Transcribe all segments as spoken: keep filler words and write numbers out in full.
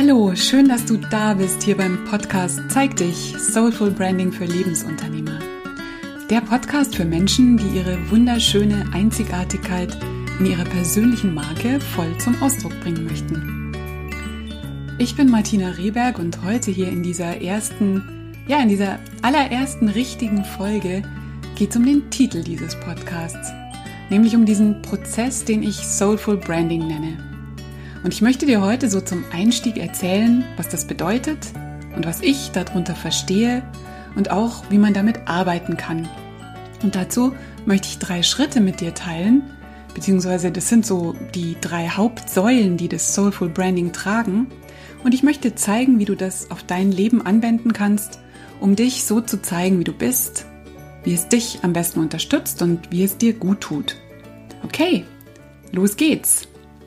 Hallo, schön, dass du da bist hier beim Podcast Zeig dich, Soulful Branding für Lebensunternehmer. Der Podcast für Menschen, die ihre wunderschöne Einzigartigkeit in ihrer persönlichen Marke voll zum Ausdruck bringen möchten. Ich bin Martina Rehberg und heute hier in dieser ersten, ja in dieser allerersten richtigen Folge geht es um den Titel dieses Podcasts, nämlich um diesen Prozess, den ich Soulful Branding nenne. Und ich möchte dir heute so zum Einstieg erzählen, was das bedeutet und was ich darunter verstehe und auch, wie man damit arbeiten kann. Und dazu möchte ich drei Schritte mit dir teilen, beziehungsweise das sind so die drei Hauptsäulen, die das Soulful Branding tragen. Und ich möchte zeigen, wie du das auf dein Leben anwenden kannst, um dich so zu zeigen, wie du bist, wie es dich am besten unterstützt und wie es dir gut tut. Okay, los geht's!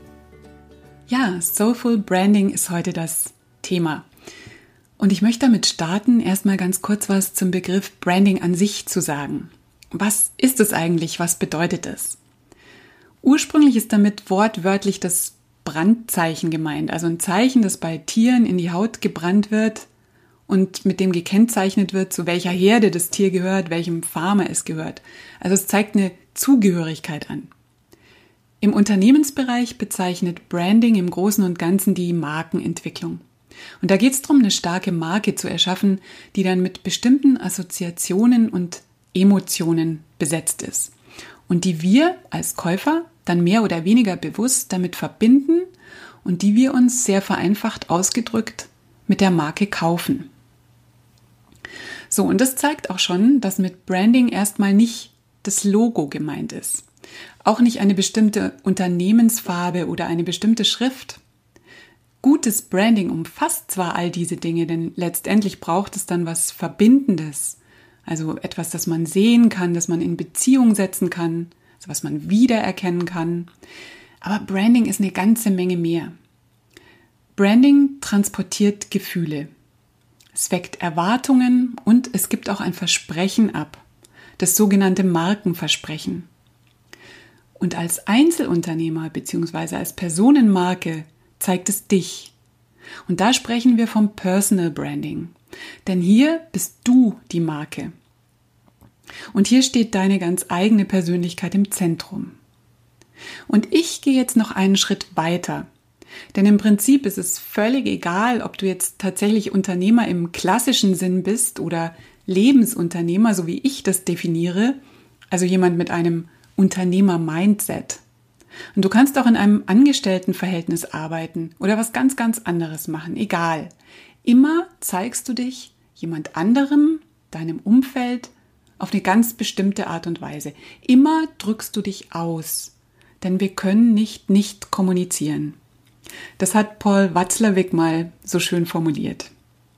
Ja, Soulful Branding ist heute das Thema. Und ich möchte damit starten, erstmal ganz kurz was zum Begriff Branding an sich zu sagen. Was ist es eigentlich? Was bedeutet es? Ursprünglich ist damit wortwörtlich das Brandzeichen gemeint, also ein Zeichen, das bei Tieren in die Haut gebrannt wird und mit dem gekennzeichnet wird, zu welcher Herde das Tier gehört, welchem Farmer es gehört. Also es zeigt eine Zugehörigkeit an. Im Unternehmensbereich bezeichnet Branding im Großen und Ganzen die Markenentwicklung. Und da geht es darum, eine starke Marke zu erschaffen, die dann mit bestimmten Assoziationen und Emotionen besetzt ist. Und die wir als Käufer dann mehr oder weniger bewusst damit verbinden und die wir uns sehr vereinfacht ausgedrückt mit der Marke kaufen. So, und das zeigt auch schon, dass mit Branding erstmal nicht das Logo gemeint ist. Auch nicht eine bestimmte Unternehmensfarbe oder eine bestimmte Schrift. Gutes Branding umfasst zwar all diese Dinge, denn letztendlich braucht es dann was Verbindendes. Also etwas, das man sehen kann, das man in Beziehung setzen kann, also was man wiedererkennen kann. Aber Branding ist eine ganze Menge mehr. Branding transportiert Gefühle. Es weckt Erwartungen und es gibt auch ein Versprechen ab, das sogenannte Markenversprechen. Und als Einzelunternehmer bzw. als Personenmarke zeigt es dich. Und da sprechen wir vom Personal Branding. Denn hier bist du die Marke. Und hier steht deine ganz eigene Persönlichkeit im Zentrum. Und ich gehe jetzt noch einen Schritt weiter. Denn im Prinzip ist es völlig egal, ob du jetzt tatsächlich Unternehmer im klassischen Sinn bist oder Lebensunternehmer, so wie ich das definiere, also jemand mit einem Unternehmer-Mindset. Und du kannst auch in einem Angestelltenverhältnis arbeiten oder was ganz, ganz anderes machen, egal. Immer zeigst du dich jemand anderem, deinem Umfeld, auf eine ganz bestimmte Art und Weise. Immer drückst du dich aus, denn wir können nicht nicht kommunizieren. Das hat Paul Watzlawick mal so schön formuliert.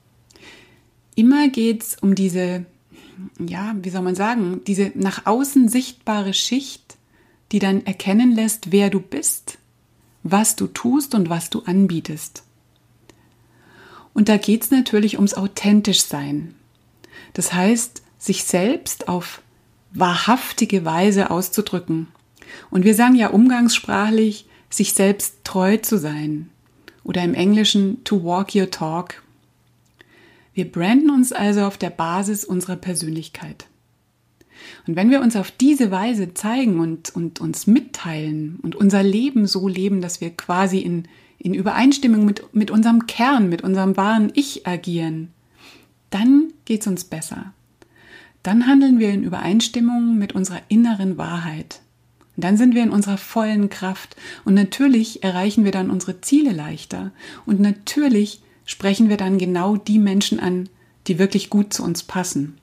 Immer geht's um diese ja, wie soll man sagen, diese nach außen sichtbare Schicht, die dann erkennen lässt, wer du bist, was du tust und was du anbietest. Und da geht es natürlich ums authentisch Sein. Das heißt, sich selbst auf wahrhaftige Weise auszudrücken. Und wir sagen ja umgangssprachlich, sich selbst treu zu sein. Oder im Englischen to walk your talk. Wir branden uns also auf der Basis unserer Persönlichkeit. Und wenn wir uns auf diese Weise zeigen und, und uns mitteilen und unser Leben so leben, dass wir quasi in, in Übereinstimmung mit, mit unserem Kern, mit unserem wahren Ich agieren, dann geht es uns besser. Dann handeln wir in Übereinstimmung mit unserer inneren Wahrheit. Und dann sind wir in unserer vollen Kraft. Und natürlich erreichen wir dann unsere Ziele leichter. Und natürlich sprechen wir dann genau die Menschen an, die wirklich gut zu uns passen.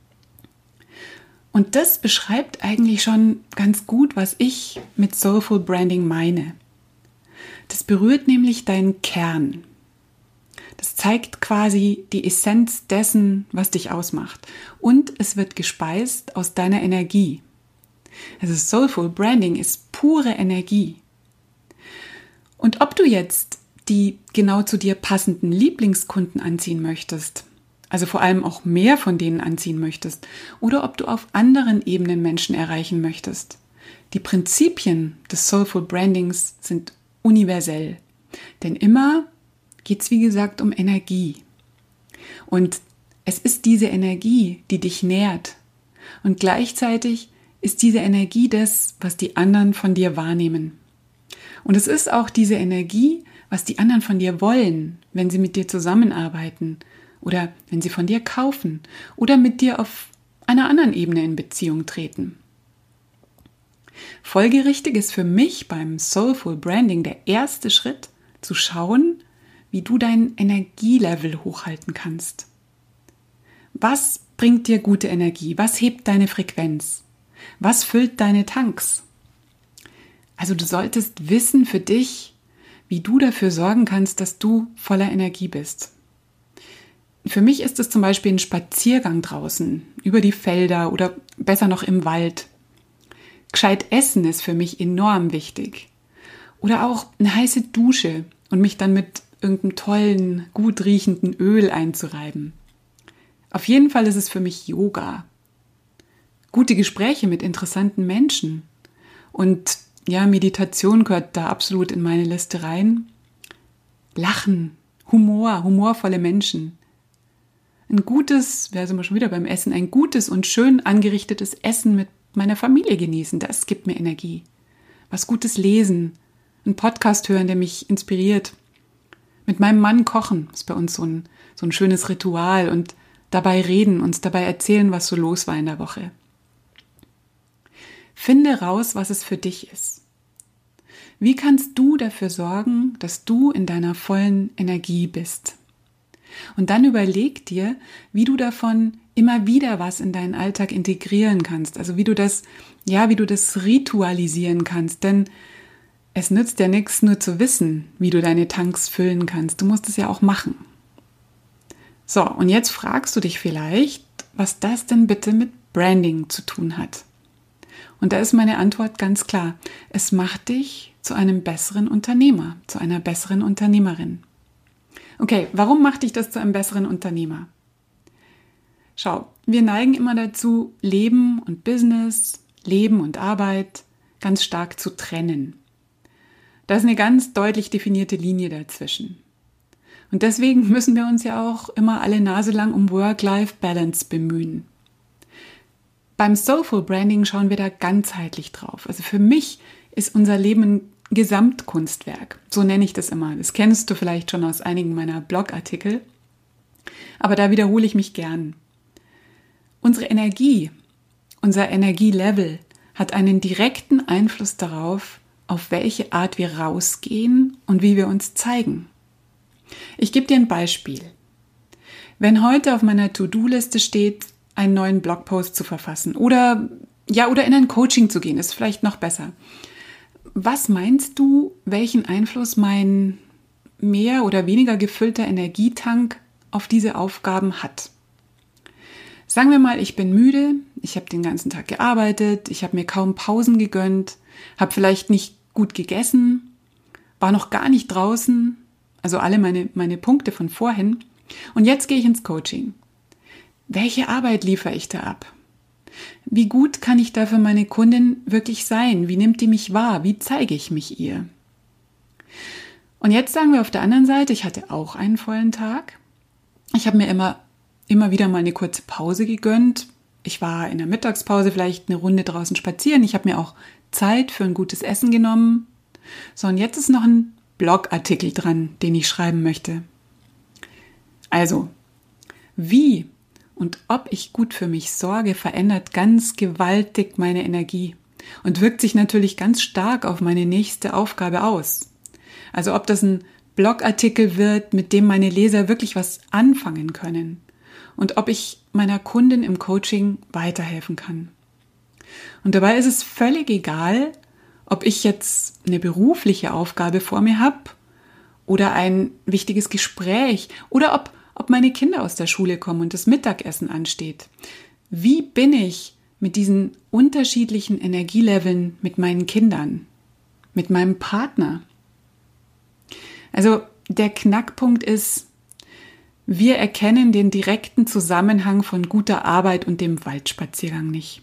Und das beschreibt eigentlich schon ganz gut, was ich mit Soulful Branding meine. Das berührt nämlich deinen Kern. Das zeigt quasi die Essenz dessen, was dich ausmacht. Und es wird gespeist aus deiner Energie. Also Soulful Branding ist pure Energie. Und ob du jetzt die genau zu dir passenden Lieblingskunden anziehen möchtest, also vor allem auch mehr von denen anziehen möchtest, oder ob du auf anderen Ebenen Menschen erreichen möchtest. Die Prinzipien des Soulful Brandings sind universell, denn immer geht es wie gesagt um Energie. Und es ist diese Energie, die dich nährt. Und gleichzeitig ist diese Energie das, was die anderen von dir wahrnehmen. Und es ist auch diese Energie, was die anderen von dir wollen, wenn sie mit dir zusammenarbeiten oder wenn sie von dir kaufen oder mit dir auf einer anderen Ebene in Beziehung treten. Folgerichtig ist für mich beim Soulful Branding der erste Schritt, zu schauen, wie du dein Energielevel hochhalten kannst. Was bringt dir gute Energie? Was hebt deine Frequenz? Was füllt deine Tanks? Also du solltest wissen für dich, wie du dafür sorgen kannst, dass du voller Energie bist. Für mich ist es zum Beispiel ein Spaziergang draußen, über die Felder oder besser noch im Wald. Gescheit essen ist für mich enorm wichtig. Oder auch eine heiße Dusche und mich dann mit irgendeinem tollen, gut riechenden Öl einzureiben. Auf jeden Fall ist es für mich Yoga. Gute Gespräche mit interessanten Menschen. Und ja, Meditation gehört da absolut in meine Liste rein. Lachen, Humor, humorvolle Menschen. Ein gutes, da sind wir schon wieder beim Essen, ein gutes und schön angerichtetes Essen mit meiner Familie genießen, das gibt mir Energie. Was Gutes lesen, einen Podcast hören, der mich inspiriert. Mit meinem Mann kochen, ist bei uns so ein, so ein schönes Ritual und dabei reden, uns dabei erzählen, was so los war in der Woche. Finde raus, was es für dich ist. Wie kannst du dafür sorgen, dass du in deiner vollen Energie bist? Und dann überleg dir, wie du davon immer wieder was in deinen Alltag integrieren kannst. Also wie du das, ja, wie du das ritualisieren kannst. Denn es nützt ja nichts, nur zu wissen, wie du deine Tanks füllen kannst. Du musst es ja auch machen. So, und jetzt fragst du dich vielleicht, was das denn bitte mit Branding zu tun hat. Und da ist meine Antwort ganz klar. Es macht dich zu einem besseren Unternehmer, zu einer besseren Unternehmerin. Okay, warum macht dich das zu einem besseren Unternehmer? Schau, wir neigen immer dazu, Leben und Business, Leben und Arbeit ganz stark zu trennen. Da ist eine ganz deutlich definierte Linie dazwischen. Und deswegen müssen wir uns ja auch immer alle Nase lang um Work-Life-Balance bemühen. Beim Soulful Branding schauen wir da ganzheitlich drauf. Also für mich ist unser Leben ein Gesamtkunstwerk. So nenne ich das immer. Das kennst du vielleicht schon aus einigen meiner Blogartikel. Aber da wiederhole ich mich gern. Unsere Energie, unser Energielevel hat einen direkten Einfluss darauf, auf welche Art wir rausgehen und wie wir uns zeigen. Ich gebe dir ein Beispiel. Wenn heute auf meiner To-Do-Liste steht, einen neuen Blogpost zu verfassen oder, ja, oder in ein Coaching zu gehen, ist vielleicht noch besser. Was meinst du, welchen Einfluss mein mehr oder weniger gefüllter Energietank auf diese Aufgaben hat? Sagen wir mal, ich bin müde, ich habe den ganzen Tag gearbeitet, ich habe mir kaum Pausen gegönnt, habe vielleicht nicht gut gegessen, war noch gar nicht draußen, also alle meine, meine Punkte von vorhin. Und jetzt gehe ich ins Coaching. Welche Arbeit liefere ich da ab? Wie gut kann ich da für meine Kundin wirklich sein? Wie nimmt die mich wahr? Wie zeige ich mich ihr? Und jetzt sagen wir auf der anderen Seite, ich hatte auch einen vollen Tag. Ich habe mir immer, immer wieder mal eine kurze Pause gegönnt. Ich war in der Mittagspause vielleicht eine Runde draußen spazieren. Ich habe mir auch Zeit für ein gutes Essen genommen. So, und jetzt ist noch ein Blogartikel dran, den ich schreiben möchte. Also, wie und ob ich gut für mich sorge, verändert ganz gewaltig meine Energie und wirkt sich natürlich ganz stark auf meine nächste Aufgabe aus. Also ob das ein Blogartikel wird, mit dem meine Leser wirklich was anfangen können und ob ich meiner Kundin im Coaching weiterhelfen kann. Und dabei ist es völlig egal, ob ich jetzt eine berufliche Aufgabe vor mir habe oder ein wichtiges Gespräch oder ob ob meine Kinder aus der Schule kommen und das Mittagessen ansteht. Wie bin ich mit diesen unterschiedlichen Energieleveln mit meinen Kindern, mit meinem Partner? Also der Knackpunkt ist, wir erkennen den direkten Zusammenhang von guter Arbeit und dem Waldspaziergang nicht.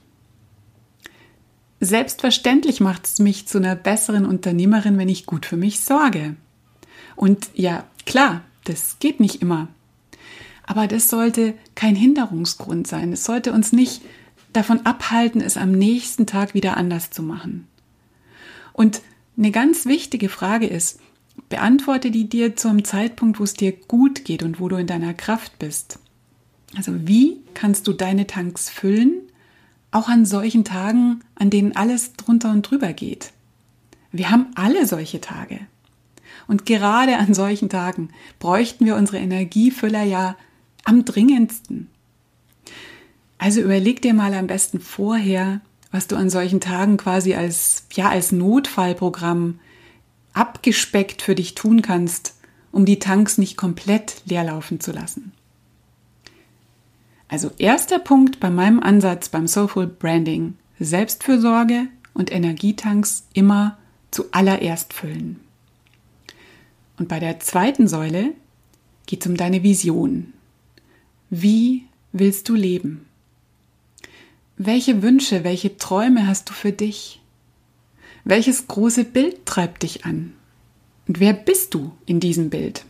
Selbstverständlich macht es mich zu einer besseren Unternehmerin, wenn ich gut für mich sorge. Und ja, klar, Das geht nicht immer. Aber das sollte kein Hinderungsgrund sein. Es sollte uns nicht davon abhalten, es am nächsten Tag wieder anders zu machen. Und eine ganz wichtige Frage ist, beantworte die dir zum Zeitpunkt, wo es dir gut geht und wo du in deiner Kraft bist. Also wie kannst du deine Tanks füllen, auch an solchen Tagen, an denen alles drunter und drüber geht? Wir haben alle solche Tage. Und gerade an solchen Tagen bräuchten wir unsere Energiefüller ja am dringendsten. Also überleg dir mal am besten vorher, was du an solchen Tagen quasi als, ja, als Notfallprogramm abgespeckt für dich tun kannst, um die Tanks nicht komplett leer laufen zu lassen. Also erster Punkt bei meinem Ansatz beim Soulful Branding: Selbstfürsorge und Energietanks immer zuallererst füllen. Und bei der zweiten Säule geht es um deine Vision. Wie willst du leben? Welche Wünsche, welche Träume hast du für dich? Welches große Bild treibt dich an? Und wer bist du in diesem Bild?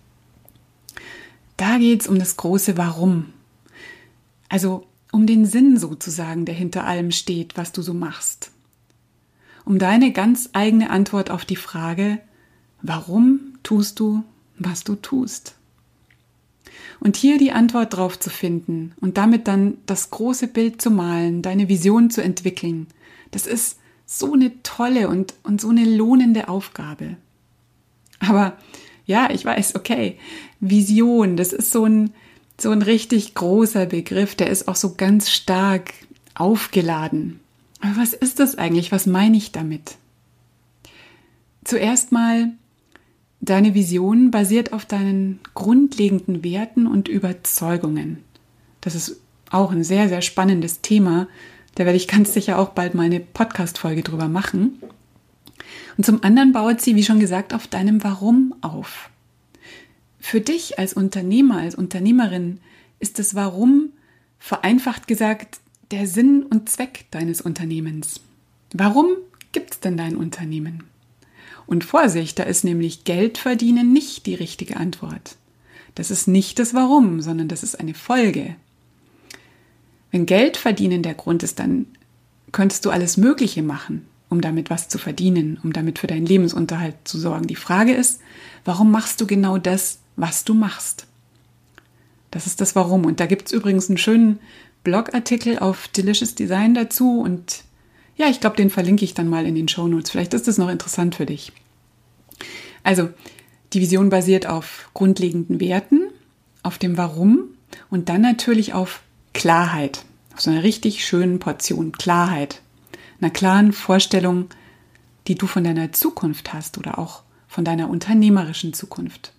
Da geht es um das große Warum. Also um den Sinn sozusagen, der hinter allem steht, was du so machst. Um deine ganz eigene Antwort auf die Frage, warum tust du, was du tust? Und hier die Antwort drauf zu finden und damit dann das große Bild zu malen, deine Vision zu entwickeln, das ist so eine tolle und, und so eine lohnende Aufgabe. Aber ja, ich weiß, okay, Vision, das ist so ein, so ein richtig großer Begriff, der ist auch so ganz stark aufgeladen. Aber was ist das eigentlich? Was meine ich damit? Zuerst mal, deine Vision basiert auf deinen grundlegenden Werten und Überzeugungen. Das ist auch ein sehr, sehr spannendes Thema. Da werde ich ganz sicher auch bald mal eine Podcast-Folge drüber machen. Und zum anderen baut sie, wie schon gesagt, auf deinem Warum auf. Für dich als Unternehmer, als Unternehmerin ist das Warum, vereinfacht gesagt, der Sinn und Zweck deines Unternehmens. Warum gibt es denn dein Unternehmen? Und Vorsicht, da ist nämlich Geld verdienen nicht die richtige Antwort. Das ist nicht das Warum, sondern das ist eine Folge. Wenn Geld verdienen der Grund ist, dann könntest du alles Mögliche machen, um damit was zu verdienen, um damit für deinen Lebensunterhalt zu sorgen. Die Frage ist, warum machst du genau das, was du machst? Das ist das Warum. Und da gibt es übrigens einen schönen Blogartikel auf Delicious Design dazu und ja, ich glaube, den verlinke ich dann mal in den Shownotes. Vielleicht ist das noch interessant für dich. Also, die Vision basiert auf grundlegenden Werten, auf dem Warum und dann natürlich auf Klarheit. Auf so einer richtig schönen Portion Klarheit. Einer klaren Vorstellung, die du von deiner Zukunft hast oder auch von deiner unternehmerischen Zukunft.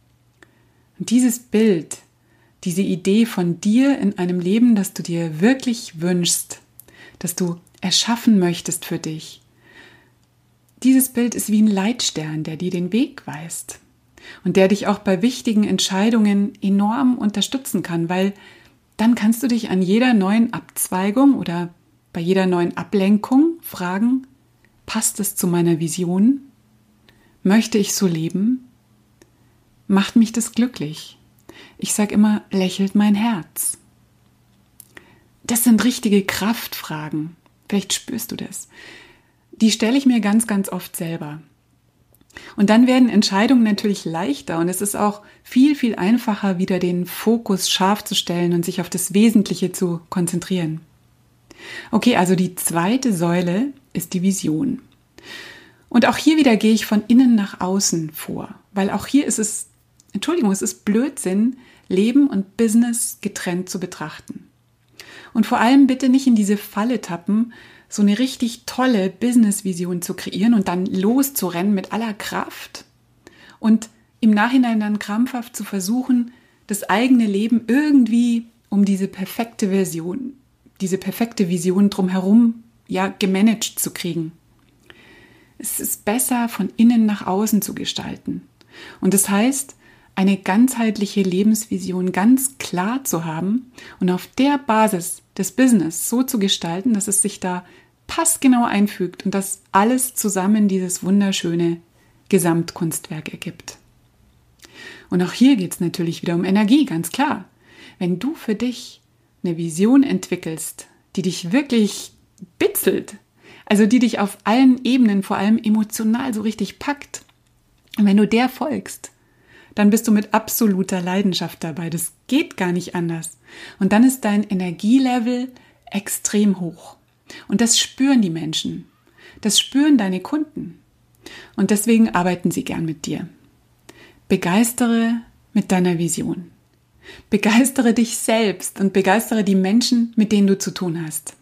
Und dieses Bild, diese Idee von dir in einem Leben, das du dir wirklich wünschst, das du erschaffen möchtest für dich. Dieses Bild ist wie ein Leitstern, der dir den Weg weist und der dich auch bei wichtigen Entscheidungen enorm unterstützen kann, weil dann kannst du dich an jeder neuen Abzweigung oder bei jeder neuen Ablenkung fragen, passt es zu meiner Vision? Möchte ich so leben? Macht mich das glücklich? Ich sage immer, lächelt mein Herz. Das sind richtige Kraftfragen. Vielleicht spürst du das. Die stelle ich mir ganz, ganz oft selber. Und dann werden Entscheidungen natürlich leichter und es ist auch viel, viel einfacher, wieder den Fokus scharf zu stellen und sich auf das Wesentliche zu konzentrieren. Okay, also die zweite Säule ist die Vision. Und auch hier wieder gehe ich von innen nach außen vor, weil auch hier ist es, Entschuldigung, es ist Blödsinn, Leben und Business getrennt zu betrachten. Und vor allem bitte nicht in diese Falle tappen, so eine richtig tolle Business-Vision zu kreieren und dann loszurennen mit aller Kraft und im Nachhinein dann krampfhaft zu versuchen, das eigene Leben irgendwie um diese perfekte Version, diese perfekte Vision drumherum ja gemanagt zu kriegen. Es ist besser, von innen nach außen zu gestalten. Und das heißt, eine ganzheitliche Lebensvision ganz klar zu haben und auf der Basis des Business so zu gestalten, dass es sich da passgenau einfügt und dass alles zusammen dieses wunderschöne Gesamtkunstwerk ergibt. Und auch hier geht es natürlich wieder um Energie, ganz klar. Wenn du für dich eine Vision entwickelst, die dich wirklich bitzelt, also die dich auf allen Ebenen, vor allem emotional so richtig packt, und wenn du der folgst, dann bist du mit absoluter Leidenschaft dabei. Das geht gar nicht anders. Und dann ist dein Energielevel extrem hoch. Und das spüren die Menschen. Das spüren deine Kunden. Und deswegen arbeiten sie gern mit dir. Begeistere mit deiner Vision. Begeistere dich selbst und begeistere die Menschen, mit denen du zu tun hast.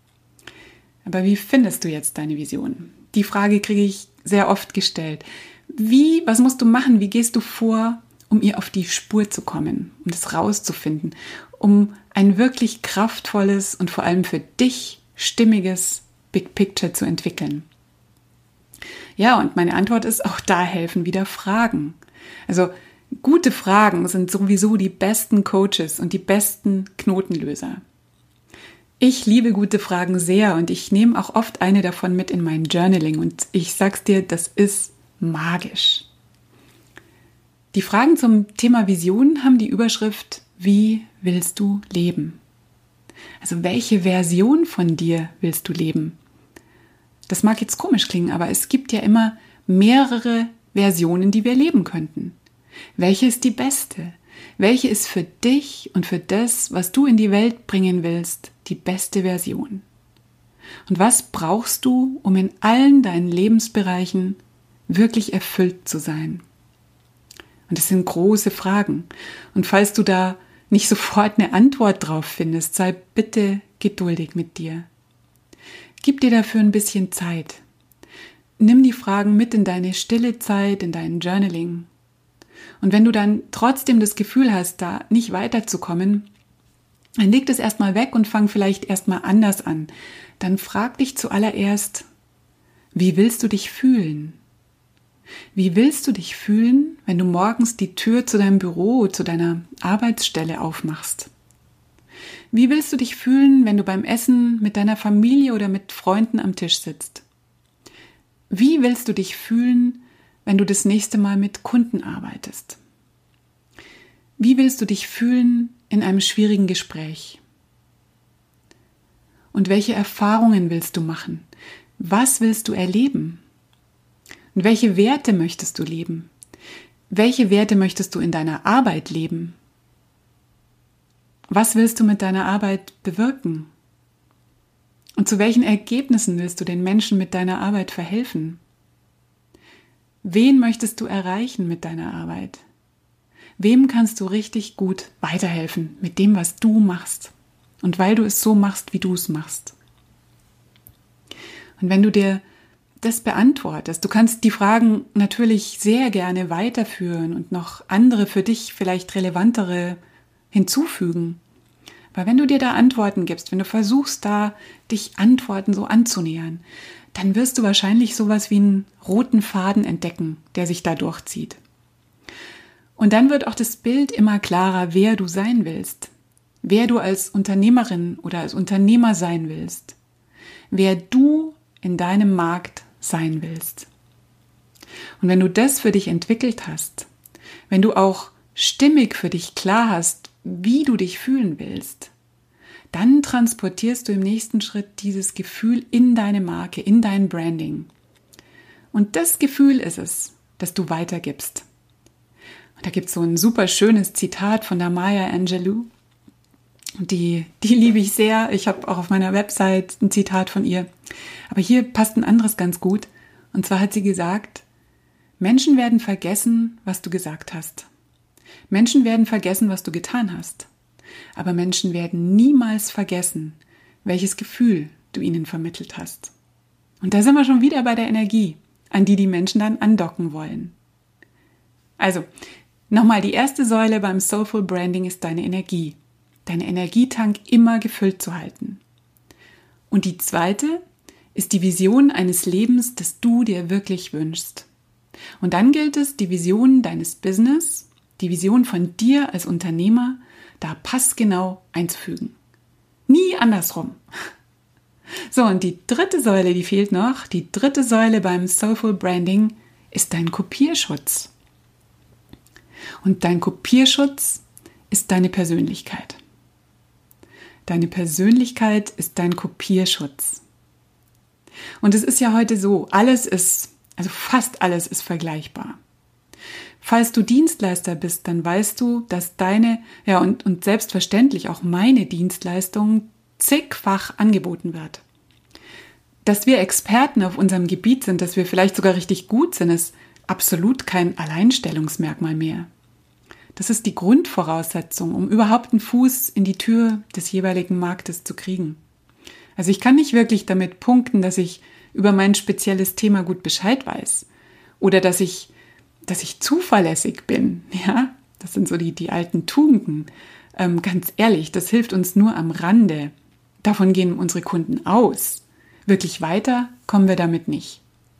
Aber wie findest du jetzt deine Vision? Die Frage kriege ich sehr oft gestellt. Wie, was musst du machen? Wie gehst du vor, um ihr auf die Spur zu kommen, um das rauszufinden, um ein wirklich kraftvolles und vor allem für dich stimmiges Big Picture zu entwickeln? Ja, und meine Antwort ist, auch da helfen wieder Fragen. Also gute Fragen sind sowieso die besten Coaches und die besten Knotenlöser. Ich liebe gute Fragen sehr und ich nehme auch oft eine davon mit in mein Journaling und ich sag's dir, das ist magisch. Die Fragen zum Thema Vision haben die Überschrift: Wie willst du leben? Also welche Version von dir willst du leben? Das mag jetzt komisch klingen, aber es gibt ja immer mehrere Versionen, die wir leben könnten. Welche ist die beste? Welche ist für dich und für das, was du in die Welt bringen willst, die beste Version? Und was brauchst du, um in allen deinen Lebensbereichen wirklich erfüllt zu sein? Und das sind große Fragen. Und falls du da nicht sofort eine Antwort drauf findest, sei bitte geduldig mit dir. Gib dir dafür ein bisschen Zeit. Nimm die Fragen mit in deine stille Zeit, in dein Journaling. Und wenn du dann trotzdem das Gefühl hast, da nicht weiterzukommen, dann leg das erstmal weg und fang vielleicht erstmal anders an. Dann frag dich zuallererst, wie willst du dich fühlen? Wie willst du dich fühlen, wenn du morgens die Tür zu deinem Büro, zu deiner Arbeitsstelle aufmachst? Wie willst du dich fühlen, wenn du beim Essen mit deiner Familie oder mit Freunden am Tisch sitzt? Wie willst du dich fühlen, wenn du das nächste Mal mit Kunden arbeitest? Wie willst du dich fühlen in einem schwierigen Gespräch? Und welche Erfahrungen willst du machen? Was willst du erleben? Und welche Werte möchtest du leben? Welche Werte möchtest du in deiner Arbeit leben? Was willst du mit deiner Arbeit bewirken? Und zu welchen Ergebnissen willst du den Menschen mit deiner Arbeit verhelfen? Wen möchtest du erreichen mit deiner Arbeit? Wem kannst du richtig gut weiterhelfen mit dem, was du machst? Und weil du es so machst, wie du es machst. Und wenn du dir das beantwortest, du kannst die Fragen natürlich sehr gerne weiterführen und noch andere für dich vielleicht relevantere hinzufügen. Weil wenn du dir da Antworten gibst, wenn du versuchst, da dich Antworten so anzunähern, dann wirst du wahrscheinlich sowas wie einen roten Faden entdecken, der sich da durchzieht. Und dann wird auch das Bild immer klarer, wer du sein willst, wer du als Unternehmerin oder als Unternehmer sein willst, wer du in deinem Markt sein willst. Und wenn du das für dich entwickelt hast, wenn du auch stimmig für dich klar hast, wie du dich fühlen willst, dann transportierst du im nächsten Schritt dieses Gefühl in deine Marke, in dein Branding. Und das Gefühl ist es, das du weitergibst. Und da gibt es so ein super schönes Zitat von der Maya Angelou. Die, die liebe ich sehr. Ich habe auch auf meiner Website ein Zitat von ihr. Aber hier passt ein anderes ganz gut. Und zwar hat sie gesagt, Menschen werden vergessen, was du gesagt hast. Menschen werden vergessen, was du getan hast. Aber Menschen werden niemals vergessen, welches Gefühl du ihnen vermittelt hast. Und da sind wir schon wieder bei der Energie, an die die Menschen dann andocken wollen. Also, nochmal, die erste Säule beim Soulful Branding ist deine Energie. Deine Energietank immer gefüllt zu halten. Und die zweite ist die Vision eines Lebens, das du dir wirklich wünschst. Und dann gilt es, die Vision deines Business, die Vision von dir als Unternehmer, da passgenau einzufügen. Nie andersrum. So, und die dritte Säule, die fehlt noch, die dritte Säule beim Soulful Branding ist dein Kopierschutz. Und dein Kopierschutz ist deine Persönlichkeit. Deine Persönlichkeit ist dein Kopierschutz. Und es ist ja heute so, alles ist, also fast alles ist vergleichbar. Falls du Dienstleister bist, dann weißt du, dass deine, ja und, und selbstverständlich auch meine Dienstleistung zigfach angeboten wird. Dass wir Experten auf unserem Gebiet sind, dass wir vielleicht sogar richtig gut sind, ist absolut kein Alleinstellungsmerkmal mehr. Das ist die Grundvoraussetzung, um überhaupt einen Fuß in die Tür des jeweiligen Marktes zu kriegen. Also ich kann nicht wirklich damit punkten, dass ich über mein spezielles Thema gut Bescheid weiß oder dass ich, dass ich zuverlässig bin. Ja, das sind so die, die alten Tugenden. Ähm, ganz ehrlich, das hilft uns nur am Rande. Davon gehen unsere Kunden aus. Wirklich weiter kommen wir damit nicht.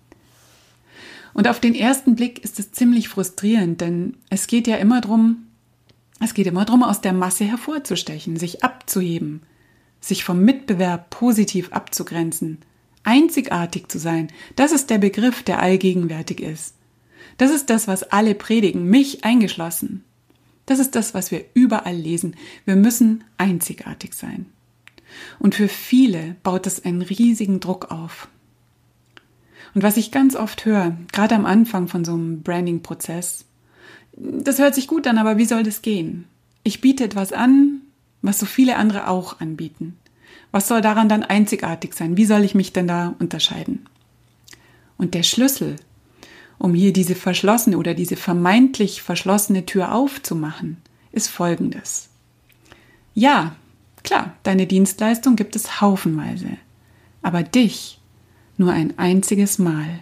Und auf den ersten Blick ist es ziemlich frustrierend, denn es geht ja immer drum, es geht immer drum, aus der Masse hervorzustechen, sich abzuheben, sich vom Mitbewerb positiv abzugrenzen, einzigartig zu sein. Das ist der Begriff, der allgegenwärtig ist. Das ist das, was alle predigen, mich eingeschlossen. Das ist das, was wir überall lesen. Wir müssen einzigartig sein. Und für viele baut das einen riesigen Druck auf. Und was ich ganz oft höre, gerade am Anfang von so einem Branding-Prozess, das hört sich gut an, aber wie soll das gehen? Ich biete etwas an, was so viele andere auch anbieten. Was soll daran dann einzigartig sein? Wie soll ich mich denn da unterscheiden? Und der Schlüssel, um hier diese verschlossene oder diese vermeintlich verschlossene Tür aufzumachen, ist folgendes. Ja, klar, deine Dienstleistung gibt es haufenweise, aber dich nur ein einziges Mal.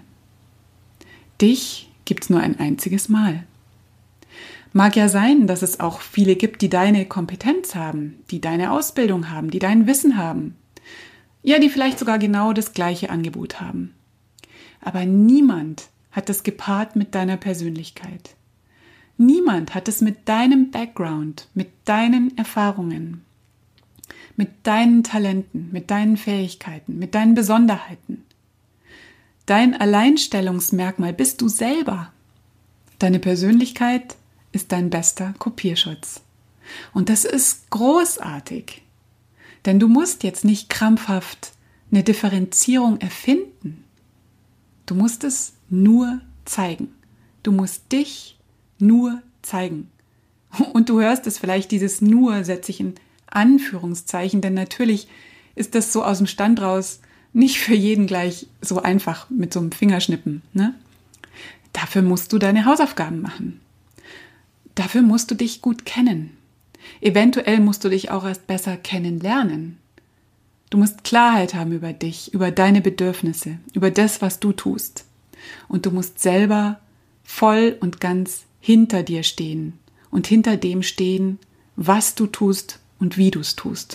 Dich gibt's nur ein einziges Mal. Mag ja sein, dass es auch viele gibt, die deine Kompetenz haben, die deine Ausbildung haben, die dein Wissen haben. Ja, die vielleicht sogar genau das gleiche Angebot haben. Aber niemand hat es gepaart mit deiner Persönlichkeit. Niemand hat es mit deinem Background, mit deinen Erfahrungen, mit deinen Talenten, mit deinen Fähigkeiten, mit deinen Besonderheiten. Dein Alleinstellungsmerkmal bist du selber. Deine Persönlichkeit ist dein bester Kopierschutz. Und das ist großartig. Denn du musst jetzt nicht krampfhaft eine Differenzierung erfinden. Du musst es nur zeigen. Du musst dich nur zeigen. Und du hörst es vielleicht, dieses nur setze ich in Anführungszeichen, denn natürlich ist das so aus dem Stand raus nicht für jeden gleich so einfach mit so einem Fingerschnippen. Ne? Dafür musst du deine Hausaufgaben machen. Dafür musst du dich gut kennen. Eventuell musst du dich auch erst besser kennenlernen. Du musst Klarheit haben über dich, über deine Bedürfnisse, über das, was du tust. Und du musst selber voll und ganz hinter dir stehen und hinter dem stehen, was du tust und wie du es tust.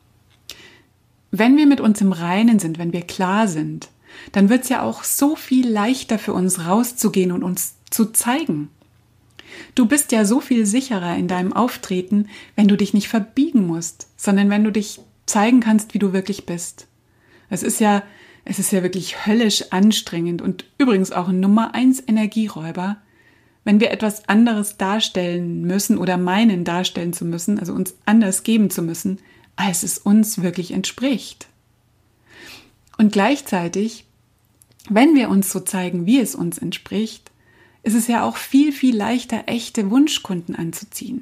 Wenn wir mit uns im Reinen sind, wenn wir klar sind, dann wird es ja auch so viel leichter für uns rauszugehen und uns zu zeigen. Du bist ja so viel sicherer in deinem Auftreten, wenn du dich nicht verbiegen musst, sondern wenn du dich zeigen kannst, wie du wirklich bist. Es ist ja, es ist ja wirklich höllisch anstrengend und übrigens auch ein Nummer eins Energieräuber, wenn wir etwas anderes darstellen müssen oder meinen darstellen zu müssen, also uns anders geben zu müssen, als es uns wirklich entspricht. Und gleichzeitig, wenn wir uns so zeigen, wie es uns entspricht, ist es ja auch viel, viel leichter, echte Wunschkunden anzuziehen.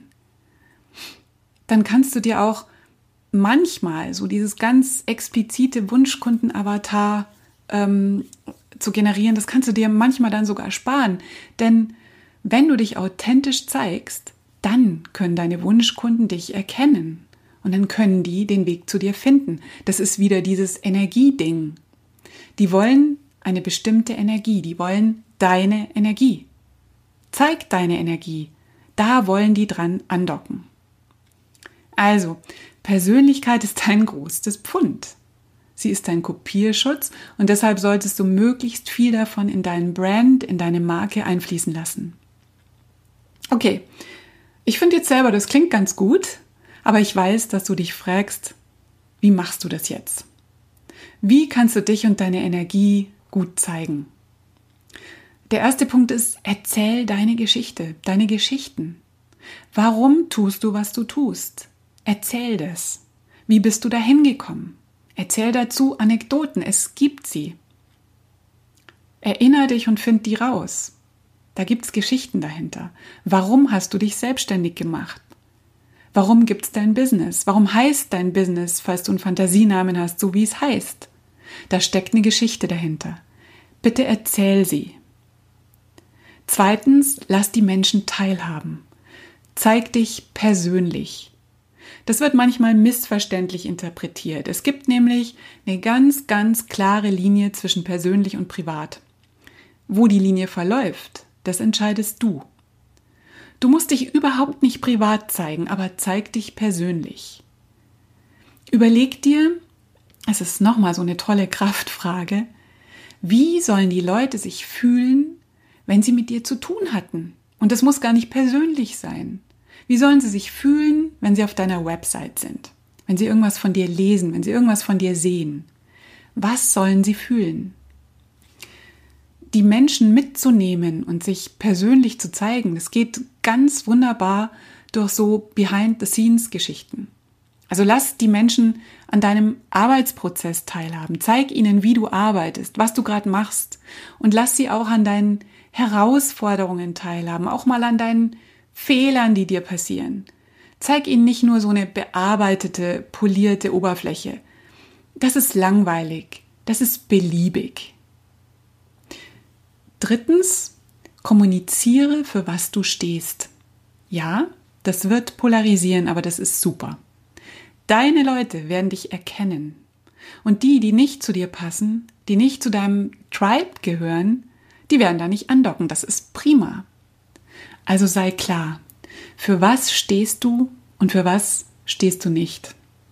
Dann kannst du dir auch manchmal so dieses ganz explizite Wunschkunden-Avatar ähm, zu generieren, das kannst du dir manchmal dann sogar sparen. Denn wenn du dich authentisch zeigst, dann können deine Wunschkunden dich erkennen. Und dann können die den Weg zu dir finden. Das ist wieder dieses Energieding. Die wollen eine bestimmte Energie, die wollen deine Energie. Zeig deine Energie. Da wollen die dran andocken. Also, Persönlichkeit ist dein größtes Pfund. Sie ist dein Kopierschutz und deshalb solltest du möglichst viel davon in deinen Brand, in deine Marke einfließen lassen. Okay, ich finde jetzt selber, das klingt ganz gut, aber ich weiß, dass du dich fragst, wie machst du das jetzt? Wie kannst du dich und deine Energie gut zeigen? der erste Punkt ist, erzähl deine Geschichte, deine Geschichten. Warum tust du, was du tust? Erzähl das. Wie bist du dahin gekommen? Erzähl dazu Anekdoten, es gibt sie. Erinner dich und find die raus. Da gibt's Geschichten dahinter. Warum hast du dich selbstständig gemacht? Warum gibt's dein Business? Warum heißt dein Business, falls du einen Fantasienamen hast, so wie es heißt? Da steckt eine Geschichte dahinter. Bitte erzähl sie. Zweitens, lass die Menschen teilhaben. Zeig dich persönlich. Das wird manchmal missverständlich interpretiert. Es gibt nämlich eine ganz, ganz klare Linie zwischen persönlich und privat. Wo die Linie verläuft, das entscheidest du. Du musst dich überhaupt nicht privat zeigen, aber zeig dich persönlich. Überleg dir, es ist nochmal so eine tolle Kraftfrage, wie sollen die Leute sich fühlen, wenn sie mit dir zu tun hatten? Und das muss gar nicht persönlich sein. Wie sollen sie sich fühlen, wenn sie auf deiner Website sind? Wenn sie irgendwas von dir lesen, wenn sie irgendwas von dir sehen? Was sollen sie fühlen? Die Menschen mitzunehmen und sich persönlich zu zeigen, das geht ganz wunderbar durch so Behind-the-Scenes-Geschichten. Also lass die Menschen an deinem Arbeitsprozess teilhaben. Zeig ihnen, wie du arbeitest, was du gerade machst. Und lass sie auch an deinen Herausforderungen teilhaben, auch mal an deinen Fehlern, die dir passieren. Zeig ihnen nicht nur so eine bearbeitete, polierte Oberfläche. Das ist langweilig. Das ist beliebig. Drittens, kommuniziere, für was du stehst. Ja, das wird polarisieren, aber das ist super. Deine Leute werden dich erkennen. Und die, die nicht zu dir passen, die nicht zu deinem Tribe gehören, die werden da nicht andocken. Das ist prima. Also sei klar, für was stehst du und für was stehst du nicht.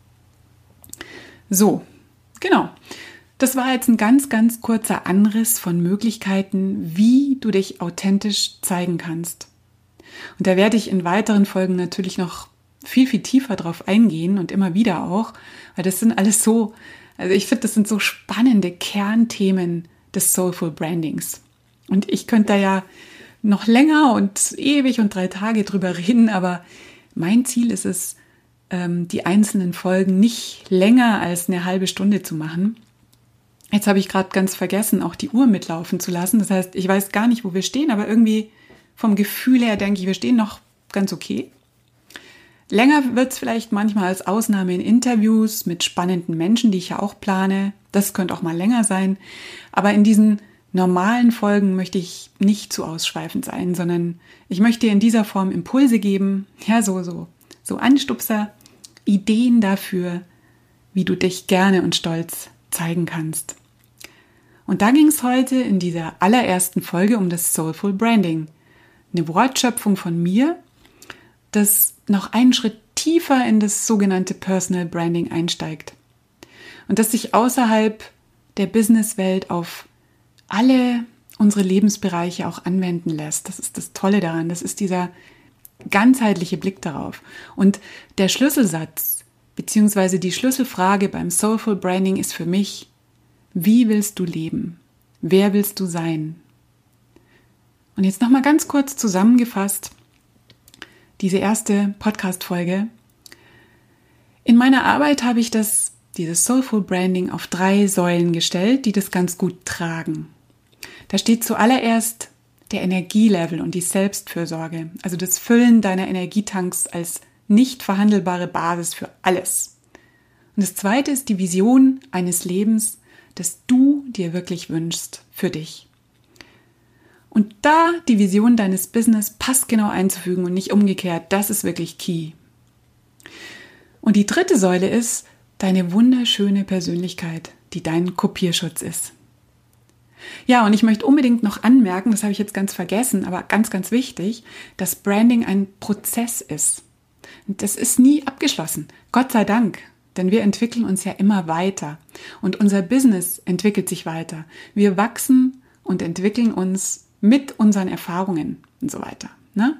So, genau. Das war jetzt ein ganz, ganz kurzer Anriss von Möglichkeiten, wie du dich authentisch zeigen kannst. Und da werde ich in weiteren Folgen natürlich noch viel, viel tiefer drauf eingehen und immer wieder auch, weil das sind alles so, also ich finde, das sind so spannende Kernthemen des Soulful Brandings. Und ich könnte da ja noch länger und ewig und drei Tage drüber reden, aber mein Ziel ist es, die einzelnen Folgen nicht länger als eine halbe Stunde zu machen. Jetzt habe ich gerade ganz vergessen, auch die Uhr mitlaufen zu lassen. Das heißt, ich weiß gar nicht, wo wir stehen, aber irgendwie vom Gefühl her denke ich, wir stehen noch ganz okay. Länger wird es vielleicht manchmal als Ausnahme in Interviews mit spannenden Menschen, die ich ja auch plane. Das könnte auch mal länger sein. Aber in diesen normalen Folgen möchte ich nicht zu ausschweifend sein, sondern ich möchte dir in dieser Form Impulse geben, ja, so, so, so Anstupser, Ideen dafür, wie du dich gerne und stolz zeigen kannst. Und da ging es heute in dieser allerersten Folge um das Soulful Branding. Eine Wortschöpfung von mir, das noch einen Schritt tiefer in das sogenannte Personal Branding einsteigt. Und das sich außerhalb der Businesswelt auf alle unsere Lebensbereiche auch anwenden lässt. Das ist das Tolle daran. Das ist dieser ganzheitliche Blick darauf. Und der Schlüsselsatz beziehungsweise die Schlüsselfrage beim Soulful Branding ist für mich: Wie willst du leben? Wer willst du sein? Und jetzt nochmal ganz kurz zusammengefasst, diese erste Podcast-Folge. In meiner Arbeit habe ich das, dieses Soulful Branding auf drei Säulen gestellt, die das ganz gut tragen. Da steht zuallererst der Energielevel und die Selbstfürsorge, also das Füllen deiner Energietanks als nicht verhandelbare Basis für alles. Und das zweite ist die Vision eines Lebens, das du dir wirklich wünschst für dich. Und da die Vision deines Business passgenau einzufügen und nicht umgekehrt, das ist wirklich key. Und die dritte Säule ist deine wunderschöne Persönlichkeit, die dein Kopierschutz ist. Ja, und ich möchte unbedingt noch anmerken, das habe ich jetzt ganz vergessen, aber ganz, ganz wichtig, dass Branding ein Prozess ist. Und das ist nie abgeschlossen. Gott sei Dank, denn wir entwickeln uns ja immer weiter. Und unser Business entwickelt sich weiter. Wir wachsen und entwickeln uns mit unseren Erfahrungen und so weiter. Ne?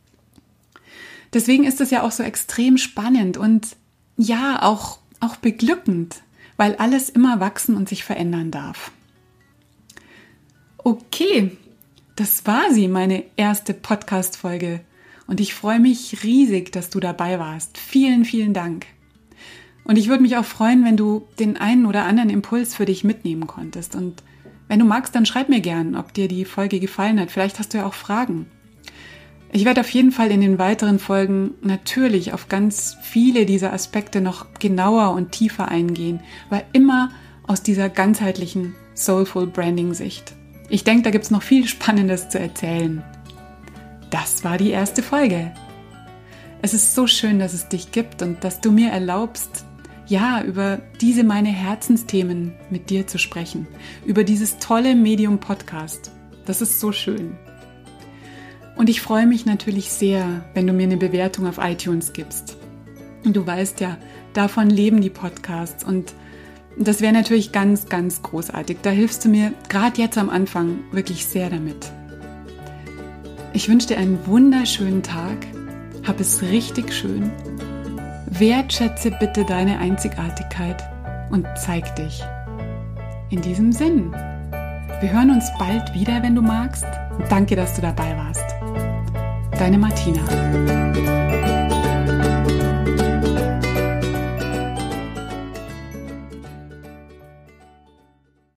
Deswegen ist es ja auch so extrem spannend und ja, auch, auch beglückend, weil alles immer wachsen und sich verändern darf. Okay, das war sie, meine erste Podcast-Folge. Und ich freue mich riesig, dass du dabei warst. Vielen, vielen Dank. Und ich würde mich auch freuen, wenn du den einen oder anderen Impuls für dich mitnehmen konntest. Und wenn du magst, dann schreib mir gern, ob dir die Folge gefallen hat. Vielleicht hast du ja auch Fragen. Ich werde auf jeden Fall in den weiteren Folgen natürlich auf ganz viele dieser Aspekte noch genauer und tiefer eingehen, aber immer aus dieser ganzheitlichen Soulful Branding Sicht. Ich denke, da gibt es noch viel Spannendes zu erzählen. Das war die erste Folge. Es ist so schön, dass es dich gibt und dass du mir erlaubst, ja, über diese meine Herzensthemen mit dir zu sprechen. Über dieses tolle Medium Podcast. Das ist so schön. Und ich freue mich natürlich sehr, wenn du mir eine Bewertung auf iTunes gibst. Und du weißt ja, davon leben die Podcasts und das wäre natürlich ganz, ganz großartig. Da hilfst du mir gerade jetzt am Anfang wirklich sehr damit. Ich wünsche dir einen wunderschönen Tag. Hab es richtig schön. Wertschätze bitte deine Einzigartigkeit und zeig dich. In diesem Sinn, wir hören uns bald wieder, wenn du magst. Und danke, dass du dabei warst. Deine Martina.